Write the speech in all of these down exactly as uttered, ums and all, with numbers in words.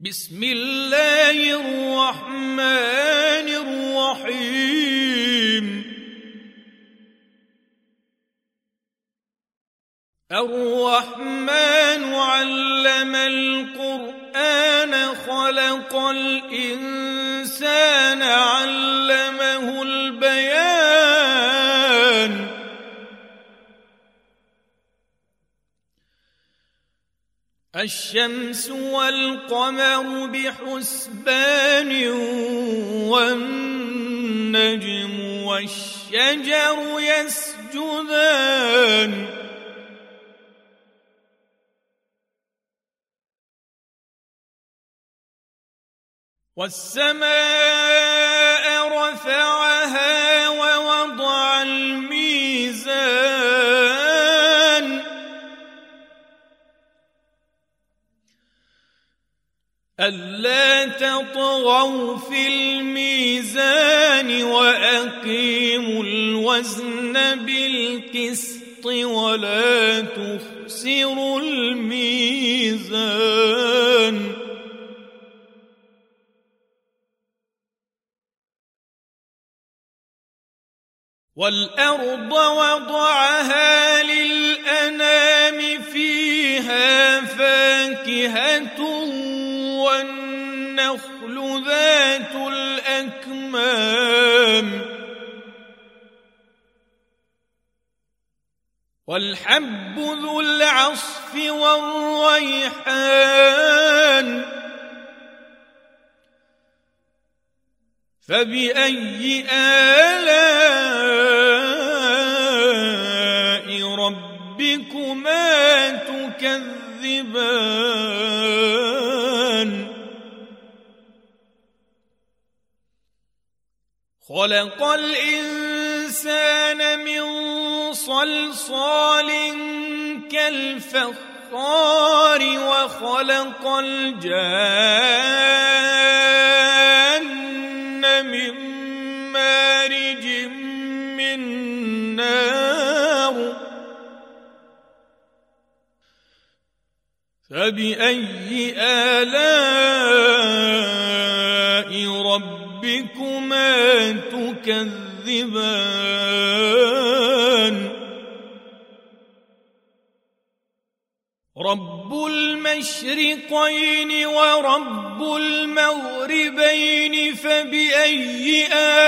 بسم الله الرحمن الرحيم. الرحمن علم القرآن خلق الإنسان علمه البيان. الشمس والقمر بحسبان والنجم والشجر يسجدان والسماء رفعها ووضع الميزان ألا تطغوا في الميزان وأقيموا الوزن بالقسط ولا تخسروا الميزان والأرض وضعها للأنام فيها فاكهة والنخل ذات الأكمام والحب ذو العصف والريحان فبأي آلاء ربكما تكذبان خلق الإنسان من صلصال كالفخار وخلق الجان من مارج من نار فبأي آلاء ربكما تكذبان رب المشرقين ورب المغربين فبأي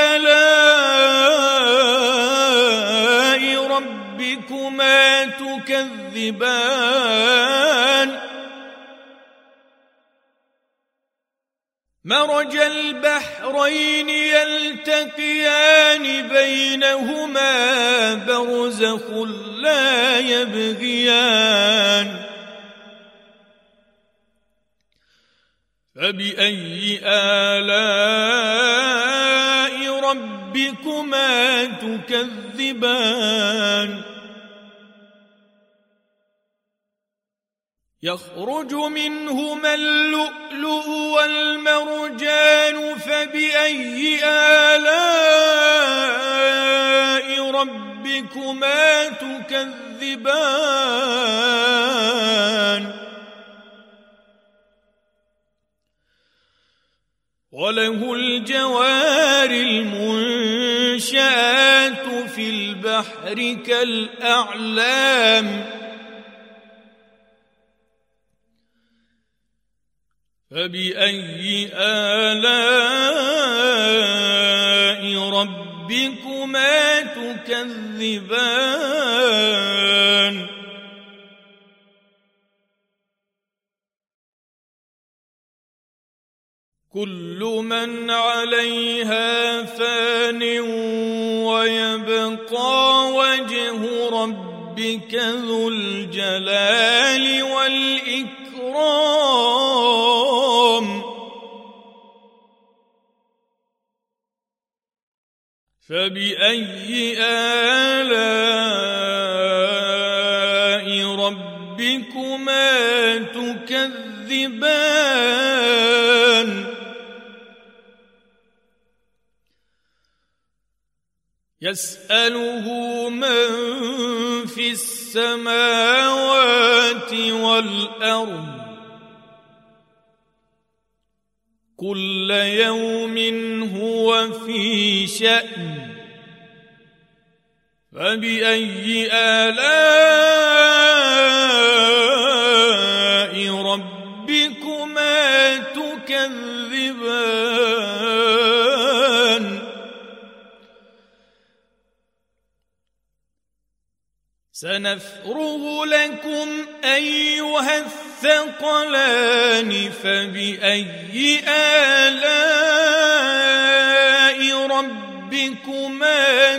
آلاء ربكما تكذبان مرج البحرين يلتقيان بينهما برزخ لا يبغيان فبأي آلاء ربكما تكذبان يخرج منهما اللؤلؤ والمرجان فبأي آلاء ربكما تكذبان وله الجوار المنشآت في البحر كالأعلام فبأي آلاء ربكما تكذبان كل من عليها فان ويبقى وجه ربك ذو الجلال والإكرام فبأي آلاء ربكما تكذبان يسأله من في السماوات والأرض كل يوم هو في شأن فبأي آلاء ربكما تكذبان سنفرغ لكم أيها الثقلان فبأي آلاء ربكما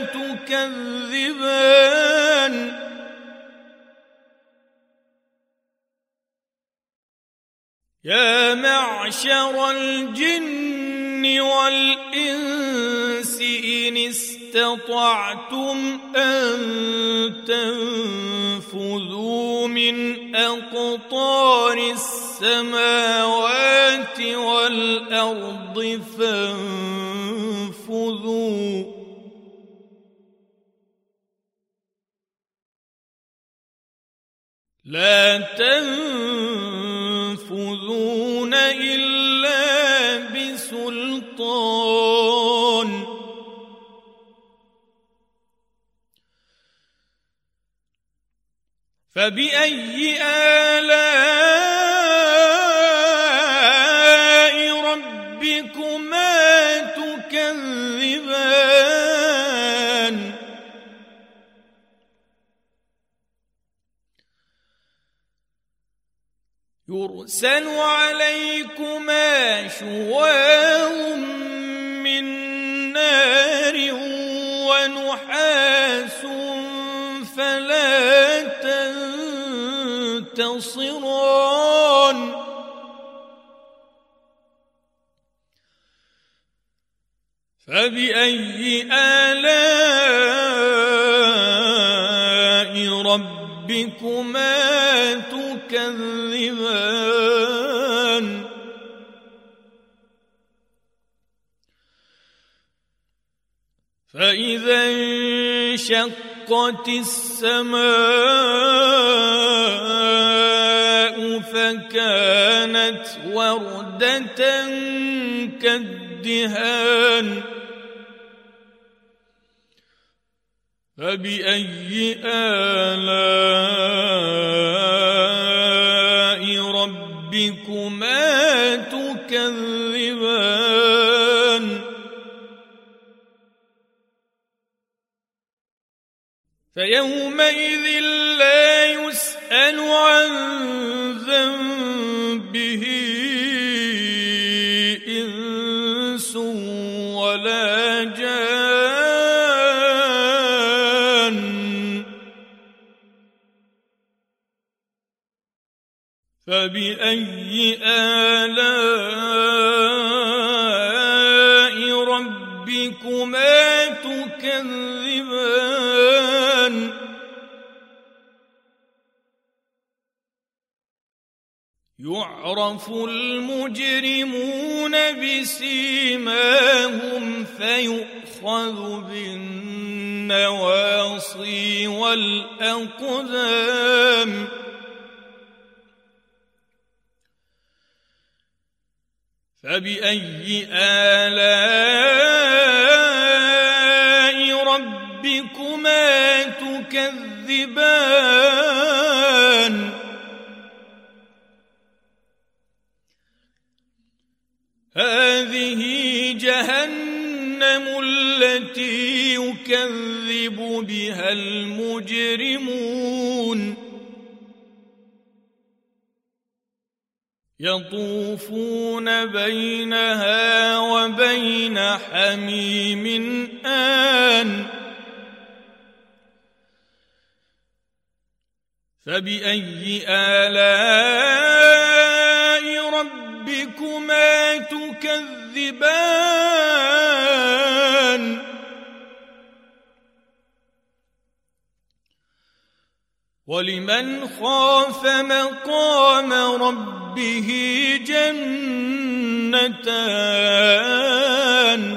تكذبان يا معشر الجن والإنس إن استطعتم أن تنفذوا من أقطار السماوات والأرض فانفذوا لا تنفذون إلا بسلطان فبأي آلاء ربكما تكذبان يرسل عليكما شواظ من نار ونحاس فلا تنتصران فبأي آلاء ربكما تكذبان فإذا انشقت السماء فكانت وردة كالدهان فبأي آلاء ربكما تكذبان فيومئذ لا يسأل عن ذنبه إنس ولا جان فبأي آلاء ربكما تكذبان يعرف المجرمون بسيماهم فيؤخذ بالنواصي والأقدام فبأي آلاء ربكما تكذبان هذه جهنم التي يكذب بها المجرمون يطوفون بينها وبين حميم آن فبأي آلاء ربكما تكذبان ولمن خاف مقام ربه جنتان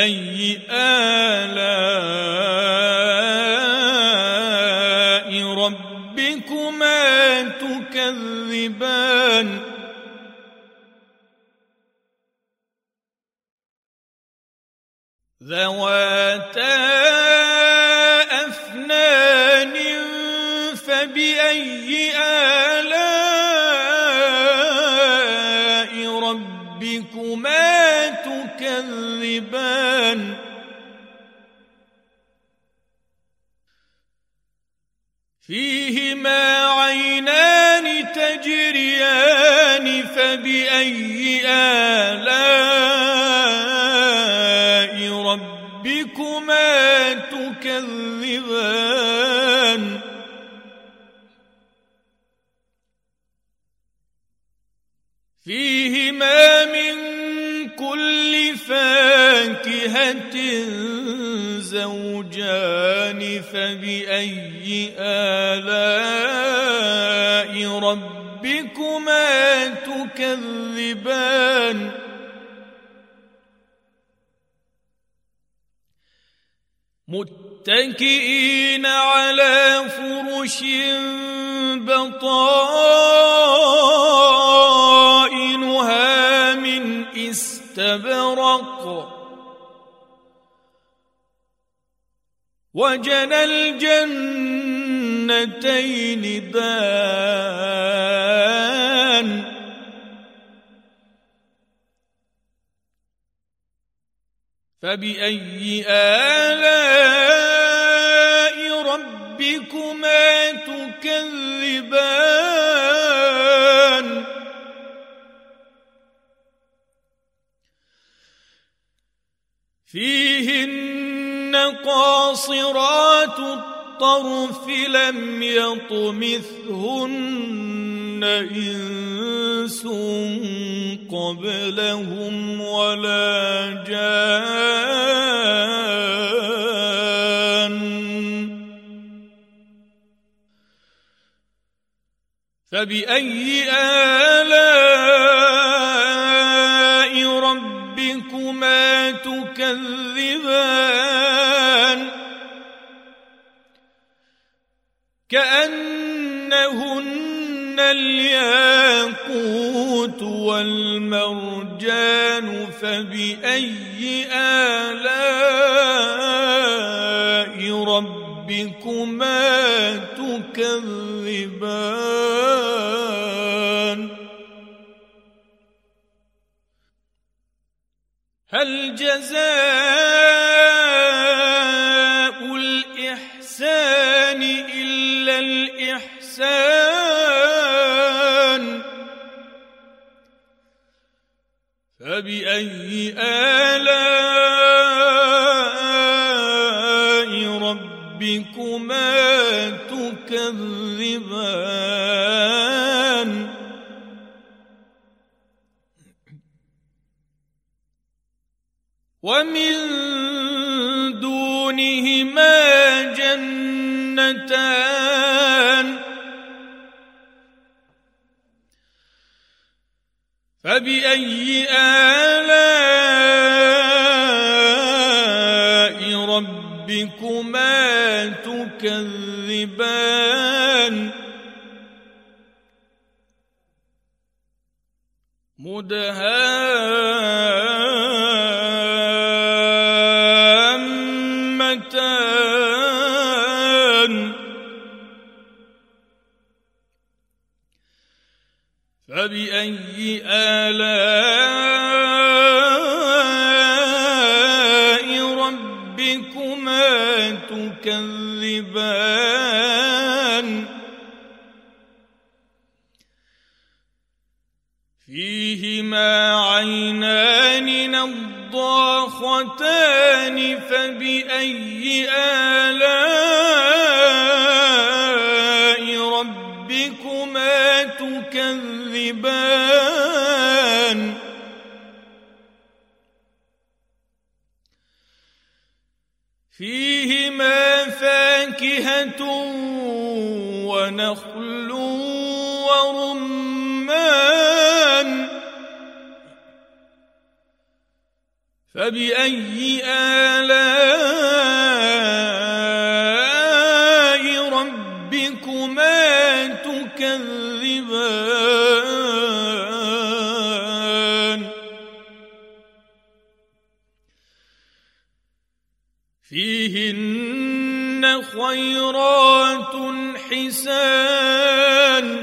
فبأي آلاء ربكما ذواتا أفنان فبأي آلاء ربكما تكذبان فيهما عينان تجريان فبأي آلاء ربكما تكذبان فيهما من كل فاكهة زوجان فبأي آلاء ربكما تكذبان متكئين على فرش بطائنها من استبرق وجنى الجنتين دان فبأي آلاء ربكما تكذبان فيهن قاصرات الطرف لم يطمثهن إنس قبلهم ولا جان فبأي آلاء ربكما تكذبان كأنهن الياقوت والمرجان فبأي آلاء ربكما تكذبان هل جزاء الإحسان إلا الإحسان فبأي آلاء ربكما تكذبان ومن دونهما جنتان فبأي آلاء ربكما تكذبان مدهامتان فبأي آلاء ربكما تكذبان فيهما عينان نضاختان فبأي آلاء ربكما تكذبان فيهما فاكهة ونخل ورمان فبأي آلاء ربكما تكذبان خيرات حسان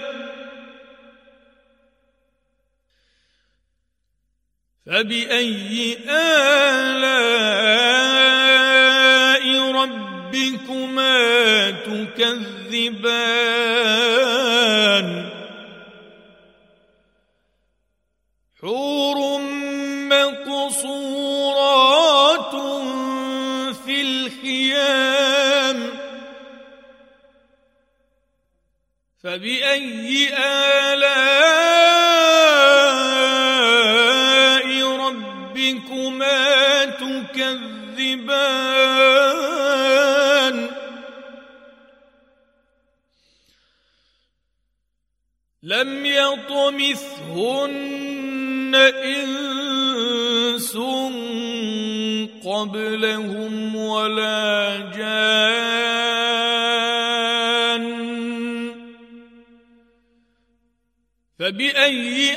فبأي آلاء ربكما تكذبان حور مقصورات في الخيام فبأي آلاء ربكما تكذبان لم يطمثهن إنس قبلهم ولا جان فبأي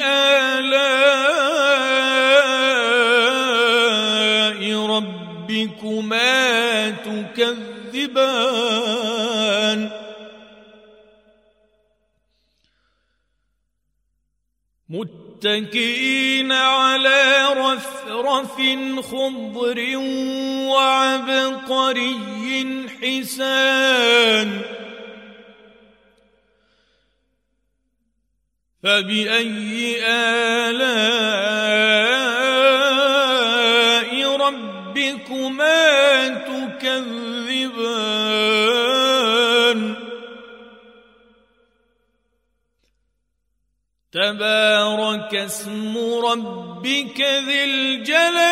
آلاء ربكما تكذبان متكئين على رفرف خضر وعبقري حسان فبأي آلاء ربكما تكذبان تبارك اسم ربك ذي الجلال